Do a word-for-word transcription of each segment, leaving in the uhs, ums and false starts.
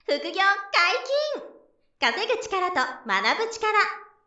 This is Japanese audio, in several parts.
副業解禁！稼ぐ力と学ぶ力。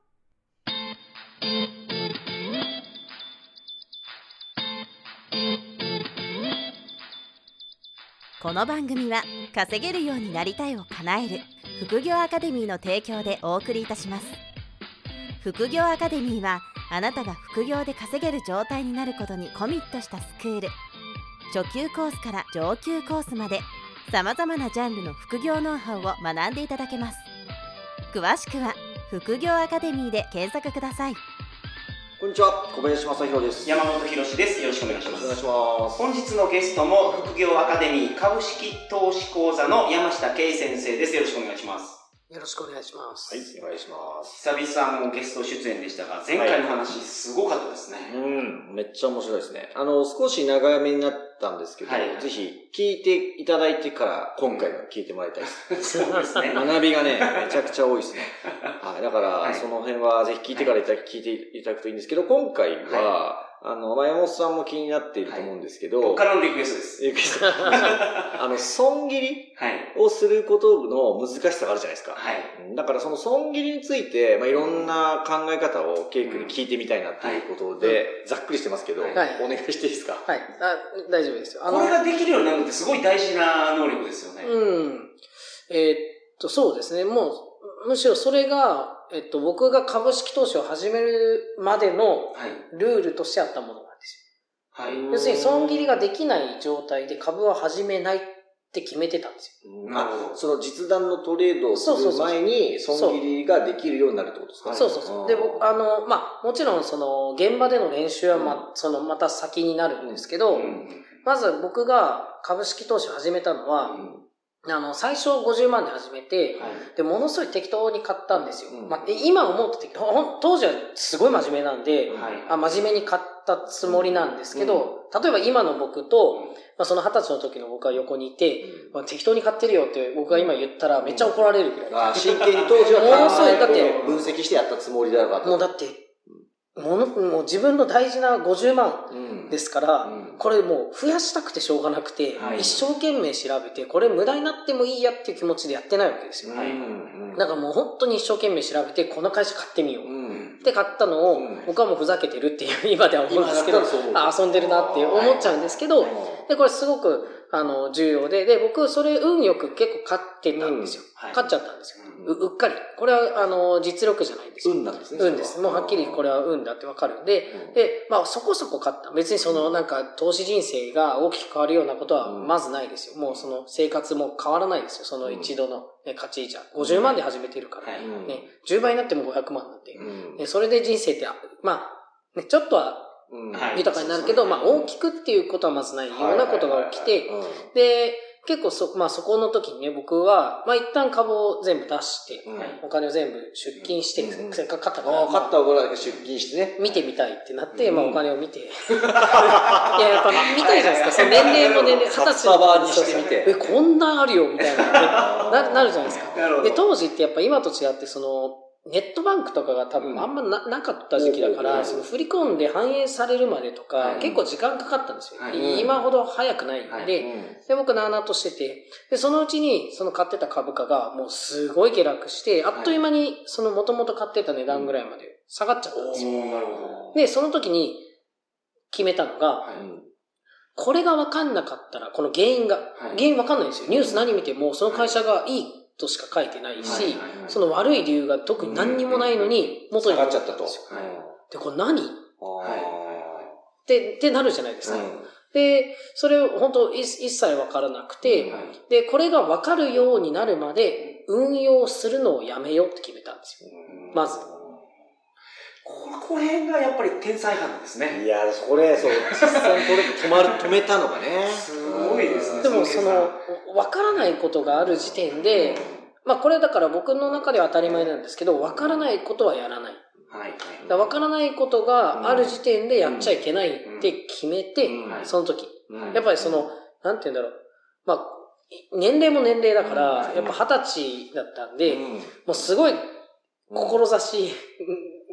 この番組は稼げるようになりたいを叶える副業アカデミーの提供でお送りいたします。副業アカデミーはあなたが副業で稼げる状態になることにコミットしたスクール。初級コースから上級コースまでさまざまなジャンルの副業ノウハウを学んでいただけます。詳しくは副業アカデミーで検索ください。 こんにちは、小林正弘です。 山本博史です。よろしくお願いします。 お願いします。 本日のゲストも副業アカデミー株式投資講座の山下圭先生です。よろしくお願いします。 よろしくお願いします。 はい、お願いします。 久々のゲスト出演でしたが、前回の話すごかったですね。 はい、うん、めっちゃ面白いですね。あの、少し長めになったんですけど、はい、ぜひ聞いていただいてから今回の聞いてもらいたいです。 そうですね。 学びがね、めちゃくちゃ多いですね。はい、だから、はい、その辺はぜひ聞いてからいただ聞いていただくといいんですけど、今回は、はいあの、まあ、山本さんも気になっていると思うんですけど。 はい、僕からのリクエストです。 リクエスト。あの、損切りをすることの難しさがあるじゃないですか。はい。だからその損切りについて、まあ、いろんな考え方をケイ君に聞いてみたいなっていうことで、はい、ざっくりしてますけど、はい、お願いしていいですか？ はい。あ、大丈夫ですよ。 あのこれができるようになるってすごい大事な能力ですよね。 うん。えー、っと、そうですね。もう、むしろそれが、えっと、僕が株式投資を始めるまでのルールとしてあったものなんですよ。はい。要するに損切りができない状態で株は始めないって決めてたんですよ。 うん、あ、その実弾のトレードをする前に損切りができるようになるってことですかね。 そうそうそう。で、僕、あの、まあ、もちろんその現場での練習はま、うん、そのまた先になるんですけど、うん、まず僕が株式投資を始めたのは、うんあの、最初ごじゅうまんで始めて、はい、で、ものすごい適当に買ったんですよ。うん、まあ、今思うと適当、当時はすごい真面目なんで、はい、あ真面目に買ったつもりなんですけど、うん、例えば今の僕と、まあ、その二十歳の時の僕が横にいて、うんまあ、適当に買ってるよって僕が今言ったらめっちゃ怒られるぐらい。うん、 あ真剣に当時はものすごい、だって分析してやったつもりだろうかと。 もうだって、もの、もう自分の大事なごじゅうまんですから、うん、これもう増やしたくてしょうがなくて、はい、一生懸命調べて、これ無駄になってもいいやっていう気持ちでやってないわけですよ。はい、だからもう本当に一生懸命調べて、この会社買ってみよう。うん、って買ったのを、うん、僕はもうふざけてるっていう今では思うんですけど、あ遊んでるなって思っちゃうんですけど、で、これすごく、あの、重要で、で、僕、それ、運よく結構勝ってたんですよ。うんはい、勝っちゃったんですよ。う、うっかり。これは、あの、実力じゃないんですよ。 運なんですね。 運です。もうはっきりこれは運だってわかるんで、うん、で、まあ、そこそこ勝った。別にその、なんか、投資人生が大きく変わるようなことは、まずないですよ。もう、その、生活も変わらないですよ。その一度の、ね、勝ちじゃ。ごじゅうまんで始めてるから、うん、ね、じゅうばいになってもごひゃくまんなんで、うんね、それで人生って、まあ、ね、ちょっとは、うん、豊かになるけど、はい、まあ大きくっていうことはまずないようなことが起きて、で、結構そ、まあそこの時にね、僕は、まあ一旦株を全部出して、うん、お金を全部出金して、うん、せっかく買ったから。 買ったお金だけ出金してね。 見てみたいってなって、うん、まあお金を見て。いや、やっぱ見たいじゃないですか。その年齢も年齢、二十歳のにしてみて。 え、こんなあるよ、みたいな、な、なるじゃないですか。で、当時ってやっぱ今と違って、その、ネットバンクとかが多分あんま な,、うん、なかった時期だから、その振り込んで反映されるまでとか、はい、結構時間かかったんですよ。はい、今ほど早くないんで、はい、で、僕なーなーとしてて、で、そのうちにその買ってた株価がもうすごい下落して、あっという間にその元々買ってた値段ぐらいまで下がっちゃったんですよ。なるほど。で、その時に決めたのが、はい、これが分かんなかったら、この原因が、はい、原因分かんないんですよ。ニュース何見ても、その会社がいいとしか書いてないし、はいはいはい、その悪い理由が特に何にもないのに元に戻っちゃったと。 で、これ何、はい、って、ってなるじゃないですか。うん、で、それを本当一切わからなくて、はい、で、これがわかるようになるまで運用するのをやめようって決めたんですよ。まず。 ここ辺がやっぱり天才派なんですね。 いや、これ、そう、実際にこれ止まる、止めたのがね。 すごいですね。 でも、その、わからないことがある時点で、まあこれだから僕の中では当たり前なんですけど、わからないことはやらない。はい。だわからないことがある時点でやっちゃいけないって決めて、その時。やっぱりその、なんて言うんだろう。まあ、年齢も年齢だから、やっぱ二十歳だったんで、もうすごい、志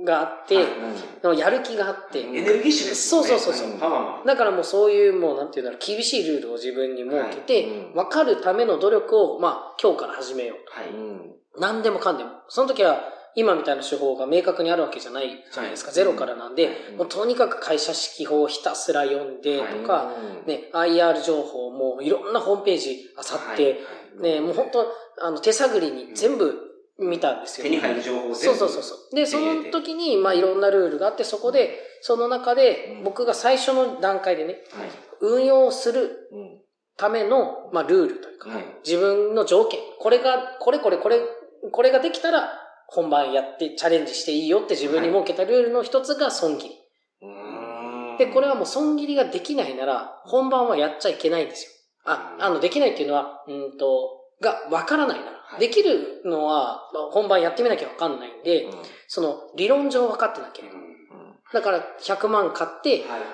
があって、うん、やる気があって。 エネルギッシュですね。そうそうそうそう。だからもうそういうもうなんていうんだろう、厳しいルールを自分に設けて、はいうん、分かるための努力を、まあ今日から始めようと。はい、何でもかんでも。その時は今みたいな手法が明確にあるわけじゃないじゃないですか。はい、ゼロからなんで、うん、もうとにかく会社指揮法をひたすら読んでとか、はい、ね、アイアール 情報もいろんなホームページあさって、はい、ね、もう本当あの手探りに全部見たんですよ。 手に入る情報を全部。 そうそうそう。で、その時に、まあいろんなルールがあって、そこで、その中で僕が最初の段階でね、はい、運用するための、まあルールというか、はい、自分の条件、これが、これこれこれ、これができたら、本番やってチャレンジしていいよって自分に設けたルールの一つが損切り。はい、で、これはもう損切りができないなら、本番はやっちゃいけないんですよ。あ、あの、できないっていうのは、うんと、がわからないなら、はい、できるのは、本番やってみなきゃわかんないんで、うん、その、理論上分かってなければ。うん、だから、ひゃくまん買って、はいはいはい、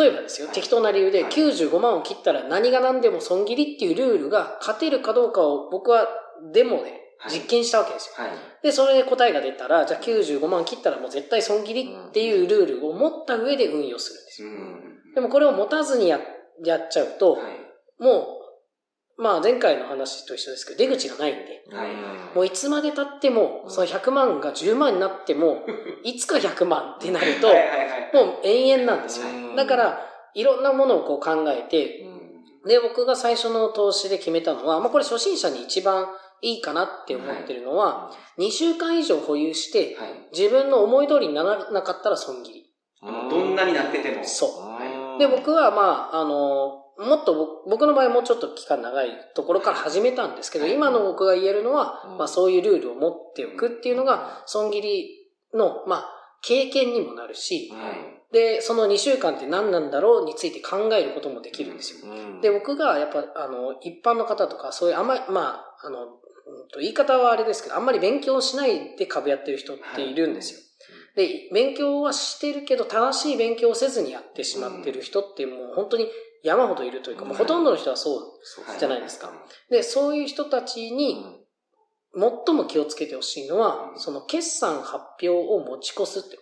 例えばですよ、はい、適当な理由できゅうじゅうごまんを切ったら何が何でも損切りっていうルールが勝てるかどうかを僕はデモで実験したわけですよ。はいはい、で、それで答えが出たら、じゃあきゅうじゅうごまん切ったらもう絶対損切りっていうルールを持った上で運用するんですよ。うん、でもこれを持たずにや、やっちゃうと、はい、もう、まあ前回の話と一緒ですけど、出口がないんで、はい、もういつまで経っても、そのひゃくまんがじゅうまんになっても、いつかひゃくまんってなると、もう永遠なんですよ。だから、いろんなものをこう考えて、で、僕が最初の投資で決めたのは、まあこれ初心者に一番いいかなって思ってるのは、にしゅうかん以上保有して、自分の思い通りにならなかったら損切り。 どんなになってても。 そう。で、僕はまあ、あの、もっと僕の場合もうちょっと期間長いところから始めたんですけど、今の僕が言えるのは、まあそういうルールを持っておくっていうのが、損切りの、まあ、経験にもなるし、で、そのにしゅうかんって何なんだろうについて考えることもできるんですよ。で、僕がやっぱ、あの、一般の方とか、そういうあんまり、まあ、あの、言い方はあれですけど、あんまり勉強しないで株やってる人っているんですよ。で、勉強はしてるけど、正しい勉強をせずにやってしまってる人ってもう本当に山ほどいるというか、もうほとんどの人はそうじゃないですか。で、そういう人たちに最も気をつけてほしいのは、その決算発表を持ち越すってこと。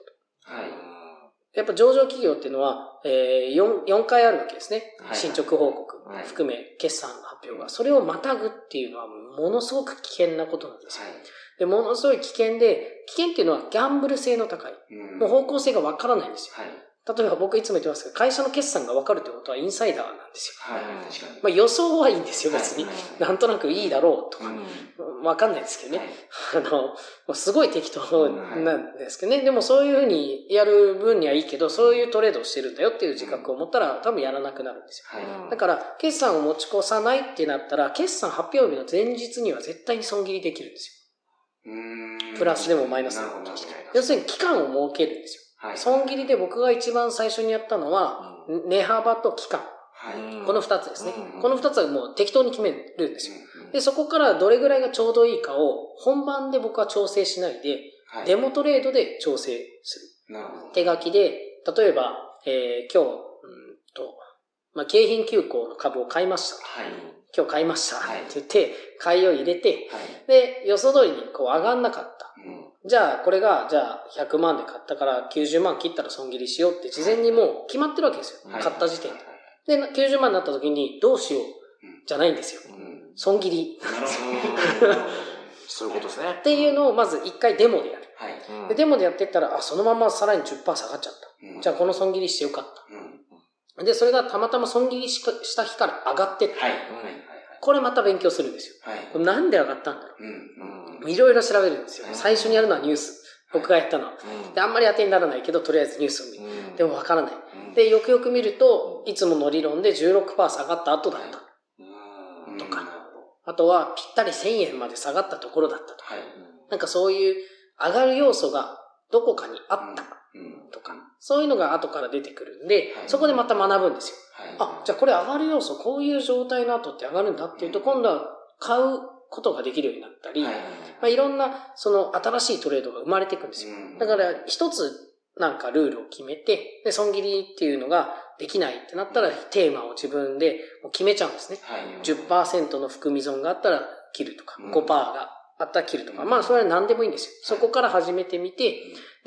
はい。やっぱ上場企業っていうのは、えー、4, 4回あるわけですね。はい、進捗報告含め決算発表が。それをまたぐっていうのはものすごく危険なことなんですよ。はい、で、ものすごい危険で、危険っていうのはギャンブル性の高い。うん、もう方向性がわからないんですよ。はい、例えば僕いつも言ってますけど、会社の決算がわかるってことはインサイダーなんですよ。はい、確かに。まあ予想はいいんですよ、別に。はい、なんとなくいいだろうとか、うん、わかんないですけどね。はい、あの、すごい適当なんですけどね。でもそういうふうにやる分にはいいけど、そういうトレードをしてるんだよっていう自覚を持ったら多分やらなくなるんですよ。はい、だから、決算を持ち越さないってなったら、決算発表日の前日には絶対に損切りできるんですよ。うーん、プラスでもマイナスでも。要するに期間を設けるんですよ。はい、損切りで僕が一番最初にやったのは、うん、値幅と期間。はい、この二つですね、うん。この二つはもう適当に決めるんですよ、うん。で、そこからどれぐらいがちょうどいいかを本番で僕は調整しないで、はい、デモトレードで調整する。なるほど。手書きで、例えば、えー、今日、うんと、まあ、京浜急行の株を買いました。はい、今日買いました。はい、って言って、買いを入れて、はい、で、予想通りにこう上がんなかった。うん、じゃあ、これが、じゃあ、ひゃくまんで買ったからきゅうじゅうまん切ったら損切りしようって事前にもう決まってるわけですよ。はい、買った時点で。で、きゅうじゅうまんになった時にどうしようじゃないんですよ。うん、損切り。なるほど。 そういうことですね。 っていうのをまず一回デモでやる。はい、でデモでやっていったら、あ、そのままさらに じゅっパーセント 下がっちゃった。うん、じゃあ、この損切りしてよかった。うん、で、それがたまたま損切りした日から上がってった。はい、これまた勉強するんですよ。はい、なんで上がったんだろう。うんうん、いろいろ調べるんですよ。最初にやるのはニュース。僕がやったのは。うん、で、あんまり当てにならないけど、とりあえずニュースを見る。うん、でもわからない。うん、で、よくよく見ると、いつもの理論で じゅうろくパーセント 下がった後だった。うん、とか。あとは、ぴったりせんえんまで下がったところだったとか。はい、なんかそういう上がる要素がどこかにあった。とか。そういうのが後から出てくるんで、はい、そこでまた学ぶんですよ。はい、あ、じゃあこれ上がる要素、こういう状態の後って上がるんだっていうと、今度は買うことができるようになったり、はい、まあ、いろんな、その新しいトレードが生まれていくんですよ。だから、一つなんかルールを決めて、で、損切りっていうのができないってなったら、テーマを自分で決めちゃうんですね。はい、じゅっパーセント の含み損があったら切るとか、ごパーセント があったら切るとか、まあ、それは何でもいいんですよ。そこから始めてみて、で、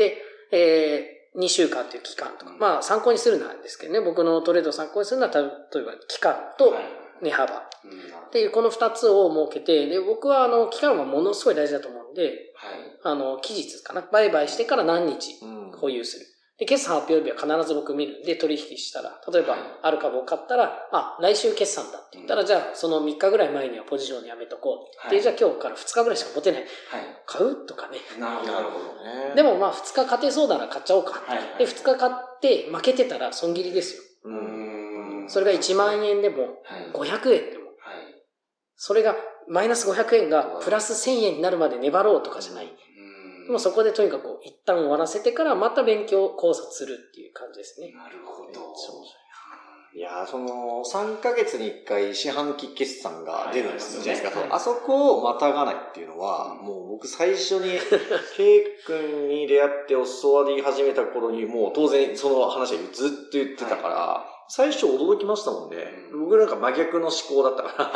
えー、にしゅうかんという期間とか、まあ参考にするなんですけどね、僕のトレードを参考にするのは、例えば期間と値幅っていうこの二つを設けて、で、僕はあの、期間はものすごい大事だと思うんで、あの、期日かな、売買してから何日保有する。で、決算発表日は必ず僕見るんで、取引したら、例えば、ある株を買ったら、あ、来週決算だって言ったら、じゃあ、そのみっかぐらい前にはポジションにやめとこうって。で、じゃあ今日からふつかぐらいしか持てない。買うとかね。 なるほどね。 でもまあ、ふつか勝てそうなら買っちゃおうか。で、ふつか買って負けてたら損切りですよ。それがいちまんえんでも、ごひゃくえんでも。それが、マイナスごひゃくえんがプラスせんえんになるまで粘ろうとかじゃない。もうそこでとにかく一旦終わらせてからまた勉強考察するっていう感じですね。 なるほど。 いやー、その、さんかげつにいっかい四半期決算が出るんですじゃないですか。あそこをまたがないっていうのは、もう僕最初に、ケイ君に出会って教わり始めた頃に、もう当然その話はずっと言ってたから、最初驚きましたもんね。僕なんか真逆の思考だったから、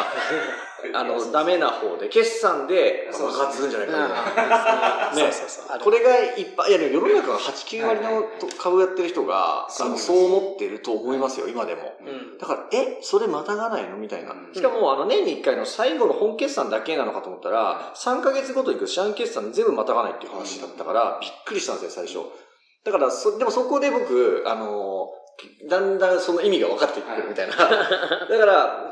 あの、ダメな方で、決算で爆発するんじゃないかな。ね。これがいっぱい、いや、世の中がはち、きゅうわりの株やってる人が、そう思ってると思いますよ、今でも。だから、え、それまたがないのみたいな。しかも、あの、年にいっかいの最後の本決算だけなのかと思ったら、さんかげつごとに行く四半決算全部またがないっていう話だったから、びっくりしたんですよ、最初。だから、そ、でもそこで僕、あの、だんだんその意味が分かってくるみたいな。だから、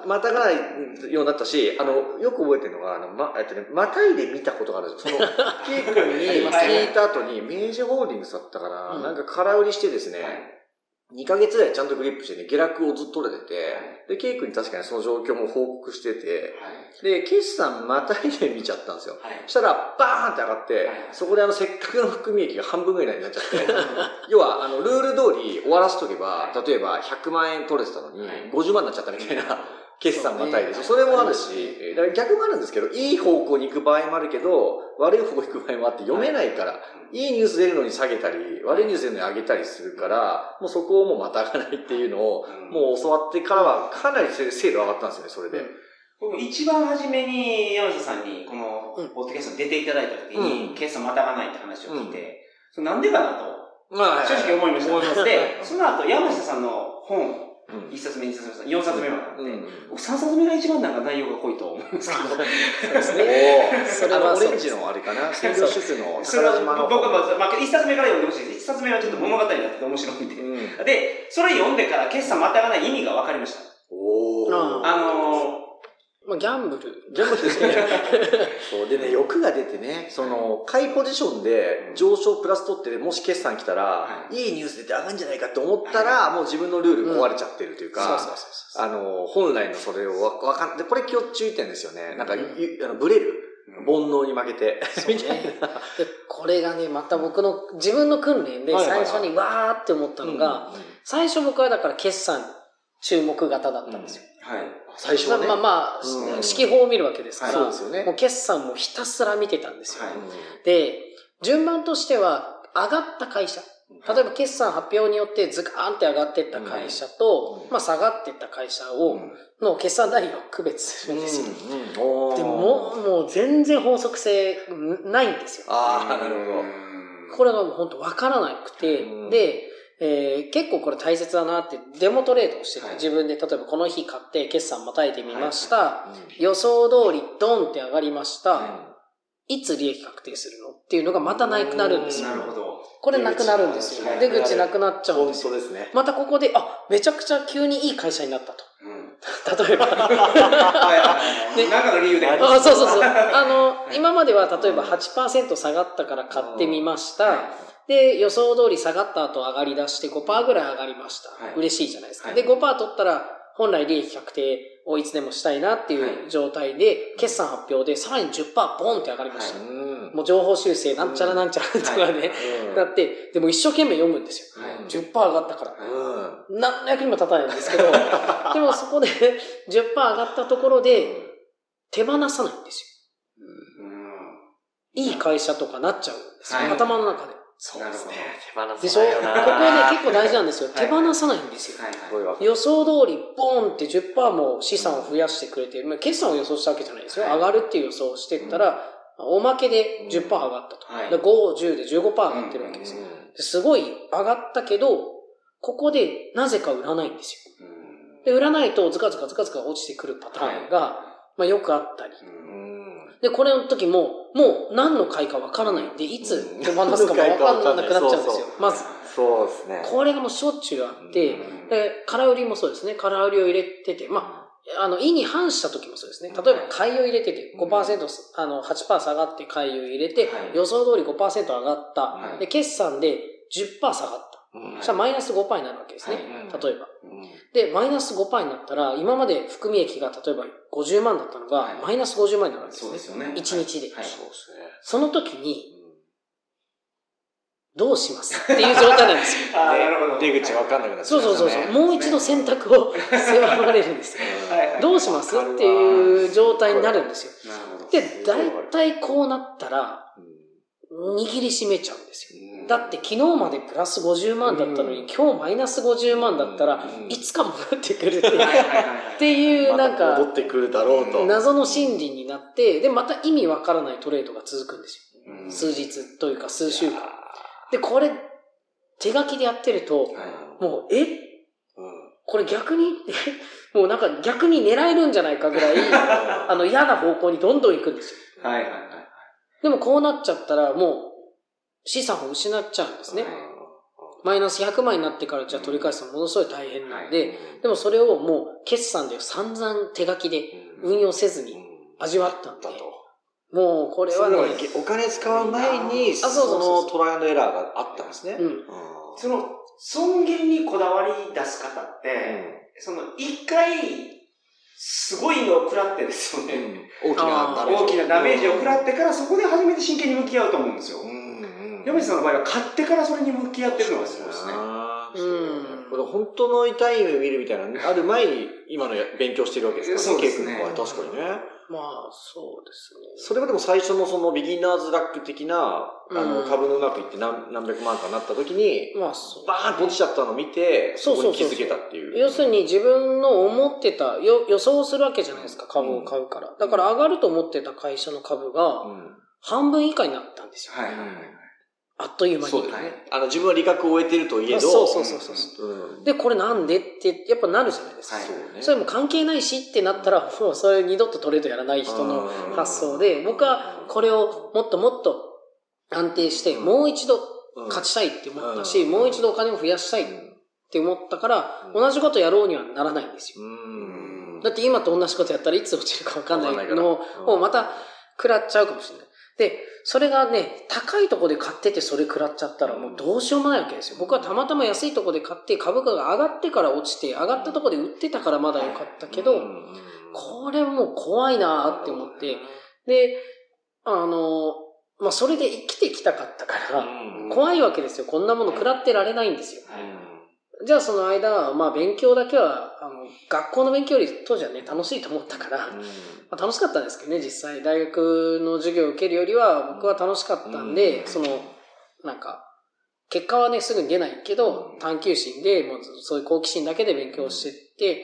またがないようになったし、あの、よく覚えてるのが、あの、ま、えっとね、またいで見たことがあるんですよ。その、ケイ君に聞いた後に、明治ホールディングスだったから、なんか空売りしてですね、にかげつぐらいちゃんとグリップしてね、下落をずっと取れてて、で、ケイ君に確かにその状況も報告してて、で、決算またいで見ちゃったんですよ。そしたら、バーンって上がって、そこであの、せっかくの含み益が半分ぐらいになっちゃって、要は、あの、ルール通り終わらせとけば、例えばひゃくまんえん取れてたのに、ごじゅうまんになっちゃったみたいな、決算またいで、それもあるし、だから逆もあるんですけど、いい方向に行く場合もあるけど、悪い方向に行く場合もあって読めないから、いいニュース出るのに下げたり、悪いニュース出るのに上げたりするから、もうそこをもうまたがないっていうのを、もう教わってからはかなり精度上がったんですよね、それで。 僕一番初めに山下さんにこのポッドキャストに出ていただいた時に、決算またがないって話を聞いて、それなんでかなと、正直思いました。で、その後山下さんの本、一冊目、二冊目、四冊目まであって、僕三冊目が一番なんか内容が濃いと思うんですけど。 そうですね。それはオレンジのあれかな、専業主婦の宝島の。 僕はまあ一冊目から読んでほしいです。一冊目はちょっと物語になってて面白いんで。で、それ読んでから決算またがない意味が分かりました。 おー。 あのー、 まあ、ギャンブル。 ギャンブルですね。そう。でね、欲が出てね、その、買いポジションで上昇プラス取って、もし決算来たら、いいニュース出て上がるんじゃないかって思ったら、もう自分のルール壊れちゃってるというか、そうそうそう。あの、本来のそれをわかん、で、これ今日注意点ですよね。なんか、あの、ブレる。煩悩に負けて。みたいな。 で、これがね、また僕の、自分の訓練で最初にわーって思ったのが、最初僕はだから決算注目型だったんですよ。 はい。最初はね。 まあまあ、指揮法を見るわけですから、 そうですよね。 もう決算もひたすら見てたんですよ。で、順番としては、上がった会社。例えば決算発表によってズカーンって上がっていった会社と、まあ下がっていった会社を、の決算内容を区別するんですよ。でも、もう全然法則性ないんですよ。 ああ、なるほど。 これがもう本当わからなくて、で、えー、結構これ大切だなってデモトレードをしてて、はい、自分で例えばこの日買って決算またいでみました、はい、予想通りドンって上がりました、はい、いつ利益確定するのっていうのがまたなくなるんですよ。 なるほど。 これなくなるんですよ。出口なくなっちゃうんですよ。 本当ですね。 またここで、あ、めちゃくちゃ急にいい会社になったと。うん、例えば。 なんかの理由で。 あ、そうそうそう。あの、今までは例えば はちパーセント 下がったから買ってみました。で、予想通り下がった後上がり出して ごパーセント ぐらい上がりました。はい、嬉しいじゃないですか。はい、で、ごパーセント 取ったら本来利益確定をいつでもしたいなっていう状態で、はい、決算発表でさらに じゅっパーセント ボンって上がりました。はい、もう情報修正なんちゃらなんちゃらとかね、はい、なって、でも一生懸命読むんですよ。はい、じゅっパーセント 上がったから。うん、何の役にも立たないんですけど、でもそこで じゅっパーセント 上がったところで手放さないんですよ。うん、いい会社とかなっちゃうんですよ。はい、頭の中で。 そうですね。手放さないよな。 でしょ？ここね、結構大事なんですよ。手放さないんですよ。はいはい、予想通り、ボーンって じゅっパーセント も資産を増やしてくれて、まあ、決算を予想したわけじゃないですよ。はい、上がるっていう予想をしてったら、うん、おまけで じゅっパーセント 上がったと。はい、ご、じゅうで じゅうごパーセント 上がってるわけですよ。うん、 すごい上がったけど、ここでなぜか売らないんですよ。で、売らないとズカズカズカズカ落ちてくるパターンが、はい、まあよくあったり。で、これの時も、もう何の買いかわからないんで、いつ手放すかもわかんなくなっちゃうんですよ。まず。 そうですね。 これがもうしょっちゅうあって、で、空売りもそうですね。空売りを入れてて、まあ、あの、意に反した時もそうですね。例えば買いを入れてて、ごパーセント、あの、はちパーセント下がって買いを入れて、予想通り ごパーセント 上がった。で、決算で じゅっパーセント 下がった。そしたらマイナス ごパーセント になるわけですね。例えば。で、マイナス ごパーセント になったら、今まで含み益が例えばごじゅうまんだったのが、マイナスごじゅうまんになるわけですね。そうですよね。いちにちで。はい、そうですね。その時に、どうしますっていう状態なんですよ。 ああ、なるほど。 出口わかんなくなっちゃう、ね。 そうそうそうそう。もう一度選択を迫られるんですよ。どうしますっていう状態になるんですよ。で、大体こうなったら、握りしめちゃうんですよ。だって昨日までプラスごじゅうまんだったのに、今日マイナスごじゅうまんだったら、いつか戻ってくるっていう、っていうなんか、 戻ってくるだろうと。 謎の心理になって、で、また意味わからないトレードが続くんですよ。数日というか数週間。で、これ、手書きでやってると、もう、え、これ逆に、もうなんか逆に狙えるんじゃないかぐらい、あの嫌な方向にどんどん行くんですよ。はいはいはい。でもこうなっちゃったら、もう、資産を失っちゃうんですね。マイナスひゃくまんになってからじゃあ取り返すのものすごい大変なんで、でもそれをもう決算で散々手書きで運用せずに味わったんだと。もうこれはね、 お金使う前にそのトライアンドエラーがあったんですね。 その損切りにこだわり出す方って、その一回すごいのを食らってですよね。 大きなダメージ。 大きなダメージを食らってからそこで初めて真剣に向き合うと思うんですよ。山口さんの場合は買ってからそれに向き合ってるのがすごいですね。 これ本当の痛い目を見るみたいな、ある前に今の勉強してるわけですからね、ケイ君の場合確かにね。 まあ、そうですね。 それはでも最初のそのビギナーズラック的な、あの、株のうまくいって何、何百万かなった時に、まあそう、バーンと落ちちゃったのを見て、そこに気づけたっていう。 要するに自分の思ってた、よ予想するわけじゃないですか、株を買うから。だから上がると思ってた会社の株が、半分以下になったんですよ。はいはいはい。あっという間に。 そうですね。あの、自分は利確を終えてるといえど。 そうそうそうそうそう、うん。で、これなんでって、やっぱなるじゃないですか。はい、そうね。それも関係ないしってなったら、もうそれ二度とトレードやらない人の発想で、僕はこれをもっともっと安定して、もう一度勝ちたいって思ったし、もう一度お金を増やしたいって思ったから、同じことやろうにはならないんですよ。だって今と同じことやったらいつ落ちるか分かんないのを、また食らっちゃうかもしれない。で、それがね、高いところで買っててそれ食らっちゃったらもうどうしようもないわけですよ。僕はたまたま安いところで買って株価が上がってから落ちて、上がったところで売ってたからまだ良かったけど、これもう怖いなーって思って、で、あの、まあ、それで生きてきたかったから、怖いわけですよ。こんなもの食らってられないんですよ。じゃあその間は、まあ勉強だけは、あの、学校の勉強より当時はね、楽しいと思ったから、うんまあ、楽しかったんですけどね、実際。大学の授業を受けるよりは、僕は楽しかったんで、うん、その、なんか、結果はね、すぐに出ないけど、探求心で、もうそういう好奇心だけで勉強してって、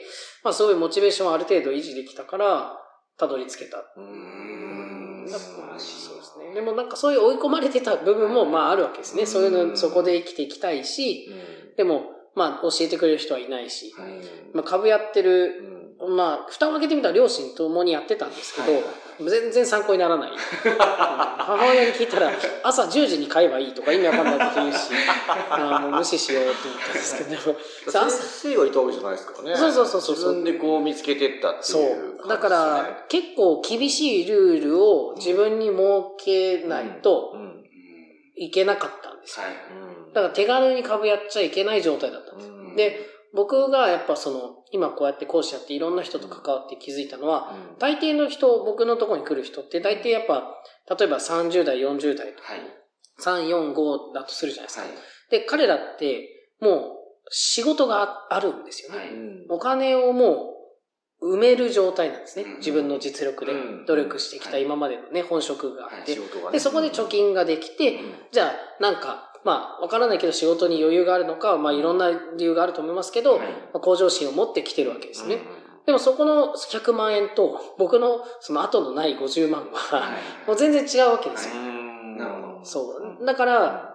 まあそういうモチベーションをある程度維持できたから、たどり着けた。うーん。素晴らしい。そうですね。でもなんかそういう追い込まれてた部分も、まああるわけですね。そういうの、そこで生きていきたいし、でも、まあ、教えてくれる人はいないし、まあ、株やってる、まあ、蓋を開けてみたら両親ともにやってたんですけど、全然参考にならない。母親に聞いたら、朝じゅうじに買えばいいとか意味わかんないこと言うし、あもう無視しようって思ったんですけど。 先生がいたわけじゃないですからね。 そうそうそうそう。 自分でこう見つけていったっていう、ね。 そう。だから、結構厳しいルールを自分に設けないといけなかったんですよ。だから手軽に株やっちゃいけない状態だったんです。で、僕がやっぱその、今こうやって講師やっていろんな人と関わって気づいたのは、うん、大抵の人、僕のところに来る人って大抵やっぱ、例えばさんじゅうだい、よんじゅうだいとか、はい、さん、よん、ごだとするじゃないですか。はい、で、彼らってもう仕事があるんですよね。はい、お金をもう埋める状態なんですね。うん、自分の実力で努力してきた今までのね、本職があって、はいはい、で、そこで貯金ができて、うん、じゃあなんか、まあ、わからないけど仕事に余裕があるのか、まあいろんな理由があると思いますけど、はい、まあ、向上心を持ってきてるわけですね。うん、でもそこのひゃくまんえんと、僕のその後のないごじゅうまんは、はい、もう全然違うわけですよ。はい、なるほど。そう。だから、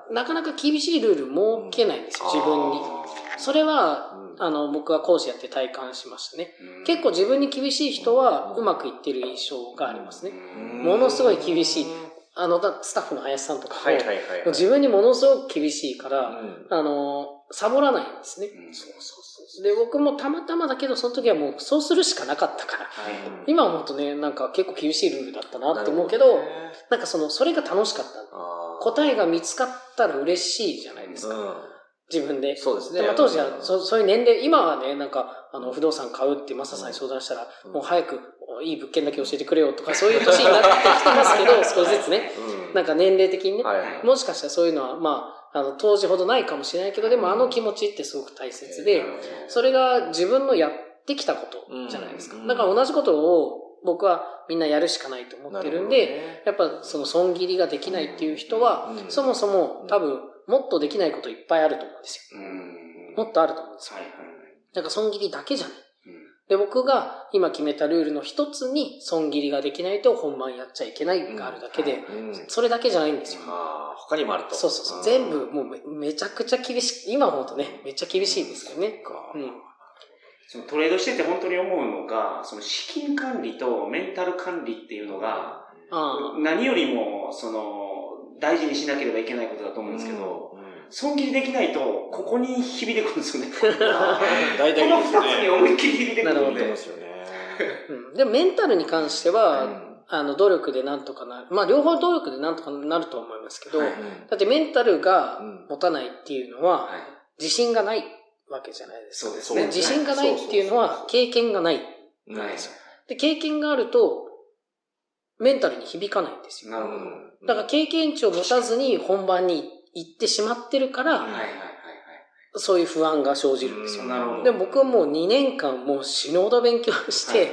なかなか厳しいルール設けないんですよ、自分に。それは、あの、僕は講師やって体感しましたね。結構自分に厳しい人はうまくいってる印象がありますね。ものすごい厳しい。あの、スタッフの林さんとかも、自分にものすごく厳しいから、あの、サボらないんですね。そうそうそう。で、僕もたまたまだけど、その時はもうそうするしかなかったから、今思うとね、なんか結構厳しいルールだったなって思うけど、なんかその、それが楽しかった。答えが見つかったら嬉しいじゃないですか。自分で。 そうですね。 でも当時はそ、そういう年齢、今はね、なんか、あの、不動産買うってマサさんに相談したら、うん、もう早くいい物件だけ教えてくれよとか、そういう年になってきてますけど、少しずつね、うん、なんか年齢的にね、はいはい、もしかしたらそういうのは、まあ、あの、当時ほどないかもしれないけど、でもあの気持ちってすごく大切で、それが自分のやってきたことじゃないですか。だから同じことを僕はみんなやるしかないと思ってるんで、ね、やっぱその損切りができないっていう人は、うん、そもそも多分、もっとできないこといっぱいあると思うんですよ。うんもっとあると思うんですよ。はいはい、だから損切りだけじゃない、うん。で、僕が今決めたルールの一つに損切りができないと本番やっちゃいけないがあるだけで、うんはい、それだけじゃないんですよ。 あ他にもあると。 そうそうそう。全部もう め, めちゃくちゃ厳しい。今思うとね、めっちゃ厳しいですよね。うん、 そのトレードしてて本当に思うのが、その資金管理とメンタル管理っていうのが、うん、何よりもその大事にしなければいけないことだと思うんですけど、うん損切りできないと、ここに響いてくるんですよね。大体この二つに思いっきり響いてくるんで。 うん、でもメンタルに関しては、うん、あの、努力でなんとかなる。まあ、両方努力でなんとかなると思いますけど、はい、だってメンタルが持たないっていうのは、自信がないわけじゃないですか。そうですね。自信がないっていうのは、経験がないんですよ。で、経験があると、メンタルに響かないんですよ。なるほど。だから経験値を持たずに本番に行ってしまってるから、はいはいはいはい、そういう不安が生じるんですよ。なるほど。でも僕はもうにねんかんもう死ぬほど勉強して、はい、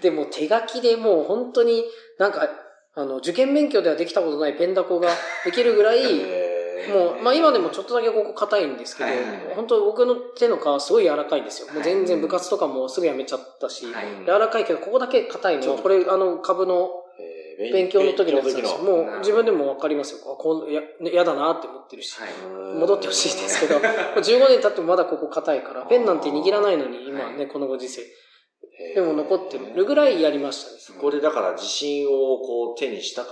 でも手書きでもう本当になんか、あの、受験勉強ではできたことないペンダコができるぐらい、もう、まあ今でもちょっとだけここ硬いんですけど、はいはいはい、本当僕の手の皮すごい柔らかいんですよ。もう全然部活とかもすぐやめちゃったし、はい、柔らかいけどここだけ硬いの。これあの株の、勉強の時のやつなんですよ。もう自分でもわかりますよ。こうや、やだなって思ってるし、はい、戻ってほしいですけど、じゅうごねん経ってもまだここ硬いから、ペンなんて握らないのに今ね、このご時世。でも残ってるぐらいやりましたね。 そこでだから自信をこう手にしたから、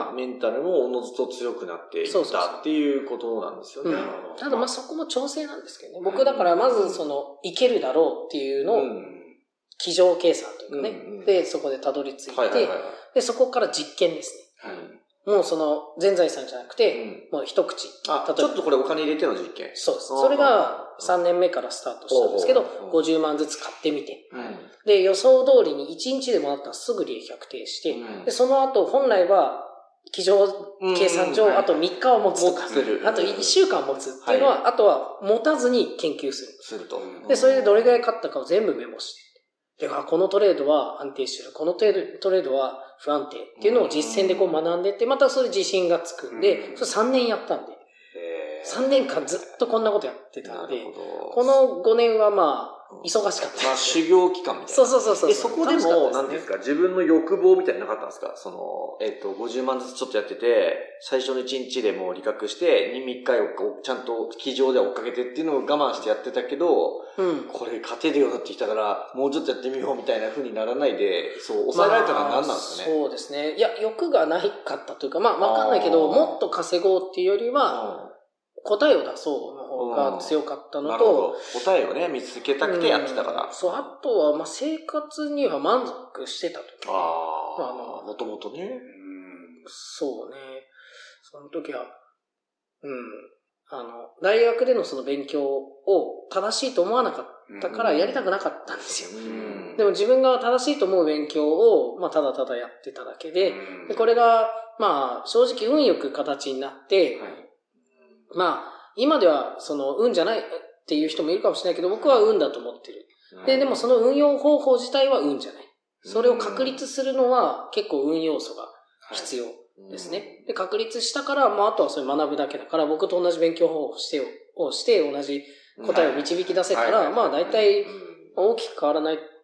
うん、メンタルもおのずと強くなっていったっていうことなんですよね。うん、 ただまあそこも調整なんですけどね。僕だからまずその、いけるだろうっていうのを、机上計算というかね。うんうん、で、そこでたどり着いて、はいはいはいはい、で、そこから実験ですね。はい、もうその、全財産じゃなくて、うん、もう一口。 あ、ちょっとこれお金入れての実験。 そうです。それがさんねんめからスタートしたんですけど、ごじゅうまんずつ買ってみて。うん、で、予想通りにいちにちでもらったらすぐ利益確定して、うん、で、その後、本来は、机上計算上、うん、あとみっかを持つとか、あといっしゅうかん持つっていうのは、はい、あとは持たずに研究する。すると。で、それでどれぐらい買ったかを全部メモして。で、このトレードは安定してる。このトレードは不安定っていうのを実践でこう学んでって、またそれ自信がつくんで、それさんねんやったんで。さんねんかんずっとこんなことやってたんで、このごねんはまあ、忙しかった。 まあ、修行期間みたいな。 そうそうそうそう。 え、そこでも、何ですか、自分の欲望みたいなのなかったんですか？その、えっと、ごじゅうまんずつちょっとやってて、最初のいちにちでもう理覚して、みっかをちゃんと机上で追っかけてっていうのを我慢してやってたけど、うん、これ勝てるようになってきたから、もうちょっとやってみようみたいな風にならないで、そう、抑えられたのは何なんですかね、 まあ、そうですね。いや、欲がないかったというか、まあ、わかんないけど、もっと稼ごうっていうよりは、答えを出そうの方が強かったのと、なるほど。 答えをね、見つけたくてやってたから。 うん、そう、あとは、まあ、生活には満足してた時、ね。 ああ。あの、もともとね。うん。 そうね。その時は、うん。あの、大学でのその勉強を正しいと思わなかったからやりたくなかったんですよ。うん、でも自分が正しいと思う勉強を、まあ、ただただやってただけで、うん、でこれが、まあ、正直運よく形になって、はい、まあ、今では、その、運じゃないっていう人もいるかもしれないけど、僕は運だと思ってる。で、でもその運用方法自体は運じゃない。それを確立するのは結構運要素が必要ですね。で、確立したから、まあ、あとはそれ学ぶだけだから、僕と同じ勉強方法をして、をして、同じ答えを導き出せたら、まあ、大体大きく変わらない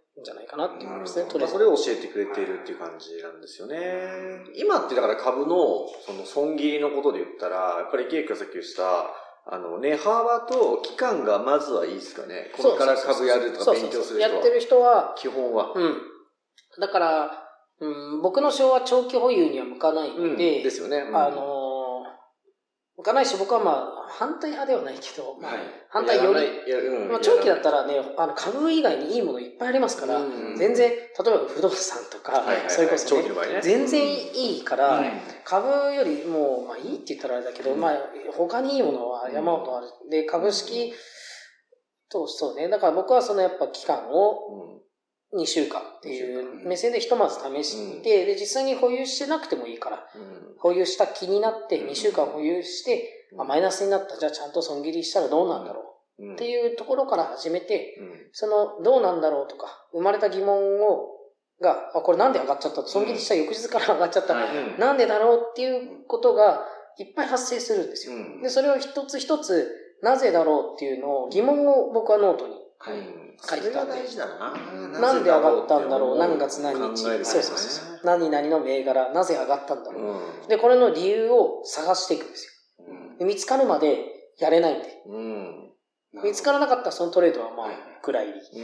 んじゃないかなって思いますね、 トレード。それを教えてくれているっていう感じなんですよね。今ってだから株のその損切りのことで言ったら、やっぱりケイ君がさっき言ったあの、値幅と期間がまずはいいですかね。これから株やるとか勉強する人は。 やってる人は。 基本は。 うん。だから、うん、僕の賞は長期保有には向かないので。うん、 ですよね。うん、 あの、向かないし、僕はまあ、反対派ではないけど、はい、反対より、うん、まあ、長期だったらね、あの株以外にいいものいっぱいありますから、うん、全然、例えば不動産とか、はいはいはい、それこそ、ねね、全然いいから、うん、株よりも、まあいいって言ったらあれだけど、うん、まあ他にいいものは山ほどある。で、株式と、そうね、だから僕はそのやっぱ期間を、にしゅうかんっていう目線でひとまず試してみて、うん、で、実際に保有してなくてもいいから、うん、保有した気になってにしゅうかん保有して、うん、あ、マイナスになった、じゃあちゃんと損切りしたらどうなんだろう、うん、っていうところから始めて、うん、そのどうなんだろうとか、生まれた疑問を、が、あ、これなんで上がっちゃった、損切りした翌日から上がっちゃった、うん、なんでだろうっていうことがいっぱい発生するんですよ。うん、で、それを一つ一つ、なぜだろうっていうのを疑問を僕はノートに書いてたんで。 それが大事だな。 なんで上がったんだろう、何月何日。そうそうそう。何々の銘柄、なぜ上がったんだろう。うん、で、これの理由を探していくんですよ。うん、で見つかるまでやれないんで。うん、見つからなかったらそのトレードはまあ、暗入り。うん、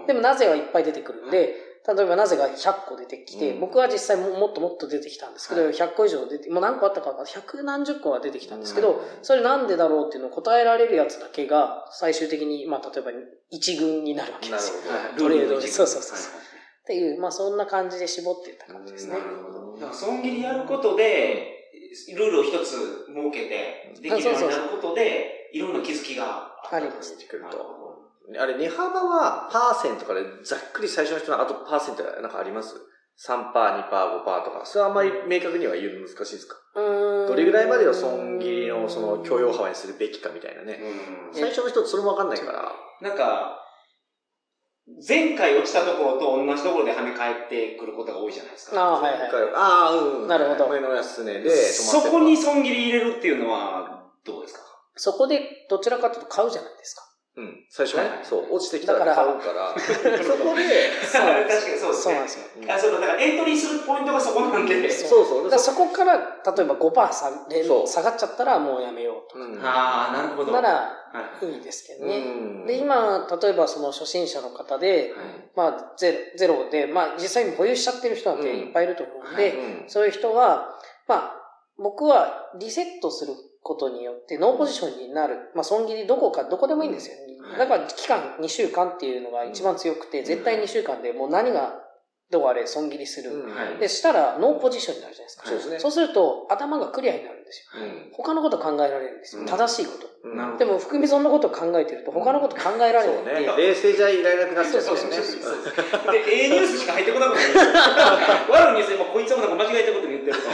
でもなぜはいっぱい出てくるんで、例えばなぜがひゃっこ出てきて、うん、僕は実際ももっともっと出てきたんですけど、はい、ひゃっこ以上出て、もう何個あったかひゃくなんじゅっこは出てきたんですけど、うん、それなんでだろうっていうのを答えられるやつだけが、最終的に、まあ例えば一軍になるわけですよ。トレードで。そうそうそう。っていう、まあそんな感じで絞っていった感じですね。 なるほど。だから損切りやることで、ルールを一つ設けて、できるようになることで、いろんな気づきがあります。 てくると。あれ、値幅はパーセントからざっくり最初の人のあとパーセントなんかあります ?さんパーセント、にパーセント、ごパーセントとか。それはあんまり明確には言うの難しいですか？どれぐらいまでを損切りのその許容範囲にするべきかみたいなね。最初の人ってそれもわかんないから。 なんか、前回落ちたところと同じところで跳ね返ってくることが多いじゃないですか。 ああ、はいはい。 ああ、うん。 なるほど。 上の安値で止まってそこに損切り入れるっていうのはどうですか？ そこでどちらかというと買うじゃないですか。 うん。最初ね、はい、そう、落ちてきたら買うから、そこで、 そう確かにそうですね。そうなんですよ。あ、そうだ、だからエントリーするポイントがそこなんで。 そうそう。 だからそこから、例えば ごパーセント 下がっちゃったらもうやめようとか。 うん、ああ、なるほど。 なら、いいですけどね。うん、で、今、例えばその初心者の方で、はい、まあゼロ、ゼロで、まあ実際に保有しちゃってる人なんていっぱいいると思うんで、うんはい、そういう人は、まあ、僕はリセットすることによってノーポジションになる。まあ損切りどこか、どこでもいいんですよ。だから期間にしゅうかんっていうのが一番強くて、絶対にしゅうかんでもう何がどうあれ損切りする。うん、で、したらノーポジションになるじゃないですか。そうですね。そうすると頭がクリアになるんですよ。うん、他のこと考えられるんですよ。うん、正しいこと。うん、でも含み損のことを考えてると他のこと考えられないんで。 そうね。冷静じゃいられなくなっちゃう。 そうそうそうそう。で、ええニュースしか入ってこなくなる。悪いニュースでもこいつはなんか間違えたこと言ってると。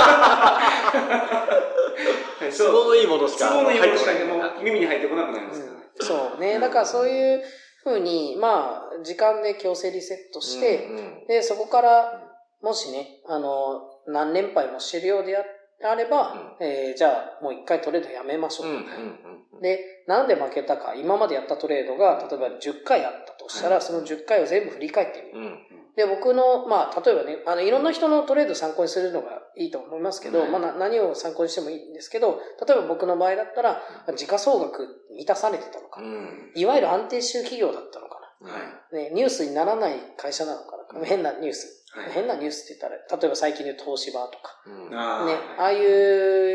都合のいいものしか。 都合のいいものしか耳に入ってこなくなりますからね。 そうね。だからそういうふうに、まあ、時間で強制リセットして、うんうん、で、そこから、もしね、あの、何連敗もしてるようであれば、うん、えー、じゃあ、もう一回トレードやめましょうと、うんうんうん。で、なんで負けたか、今までやったトレードが、例えばじゅっかいあったとしたら、うん、そのじゅっかいを全部振り返ってみる。うんで、僕の、まあ、例えばね、あの、いろんな人のトレードを参考にするのがいいと思いますけど、うん、まあ、何を参考にしてもいいんですけど、例えば僕の場合だったら、時価総額満たされてたのかな、うん、いわゆる安定収企業だったのかな、はいね、ニュースにならない会社なのかな、うん、変なニュース、はい、変なニュースって言ったら、例えば最近で東芝とか、うん、ね、ああいう、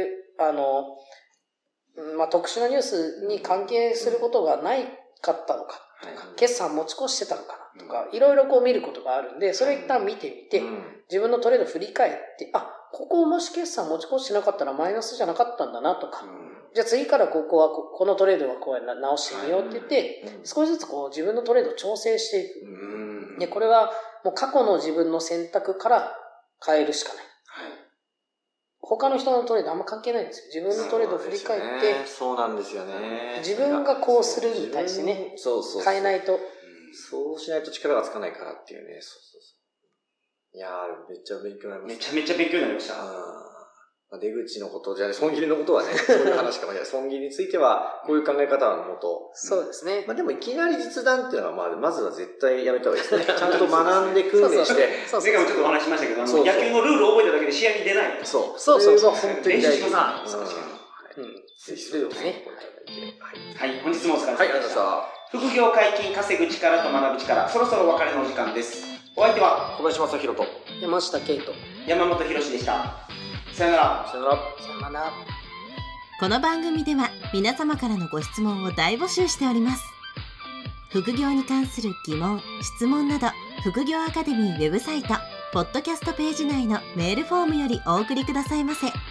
あの、まあ、特殊なニュースに関係することがないかったのか、とか、決算持ち越してたのかなとか、いろいろこう見ることがあるんで、それ一旦見てみて、自分のトレード振り返って、あ、ここもし決算持ち越してなかったらマイナスじゃなかったんだなとか、じゃあ次からここは、このトレードはこう直してみようって言って、少しずつこう自分のトレードを調整していく。で、これはもう過去の自分の選択から変えるしかない。他の人のトレードあんま関係ないんですよ。自分のトレードを振り返って、 そうなんですよね。 自分がこうするに対してね、そうそう変えないと。 そうしないと力がつかないからっていうね。そうそうそう。いやー、めっちゃ勉強になりました。 めちゃめちゃ勉強になりました。 出口のことじゃない、損切りのことはね、そういう話かもしれない。損切りについては、こういう考え方のもと。 そうですね。 まあでもいきなり実弾っていうのは、まあ、まずは絶対やめた方がいいですね。ちゃんと学んで訓練して。 そうそう。前回もちょっとお話しましたけど、あの、野球のルールを覚えただけで試合に出ない。 そう。 そうそうそう。 本当に大事な。 うん。ぜひそれをね。 はい。本日もお疲れ様でした。 はい、ありがとうございました。 副業解禁、稼ぐ力と学ぶ力、そろそろお別れのお時間です。お相手は、 小林正宏と、 山下圭と、 山本博史でした。さよなら。 さよなら。 さよなら。 この番組では皆様からのご質問を大募集しております。副業に関する疑問、質問など、副業アカデミーウェブサイト、ポッドキャストページ内のメールフォームよりお送りくださいませ。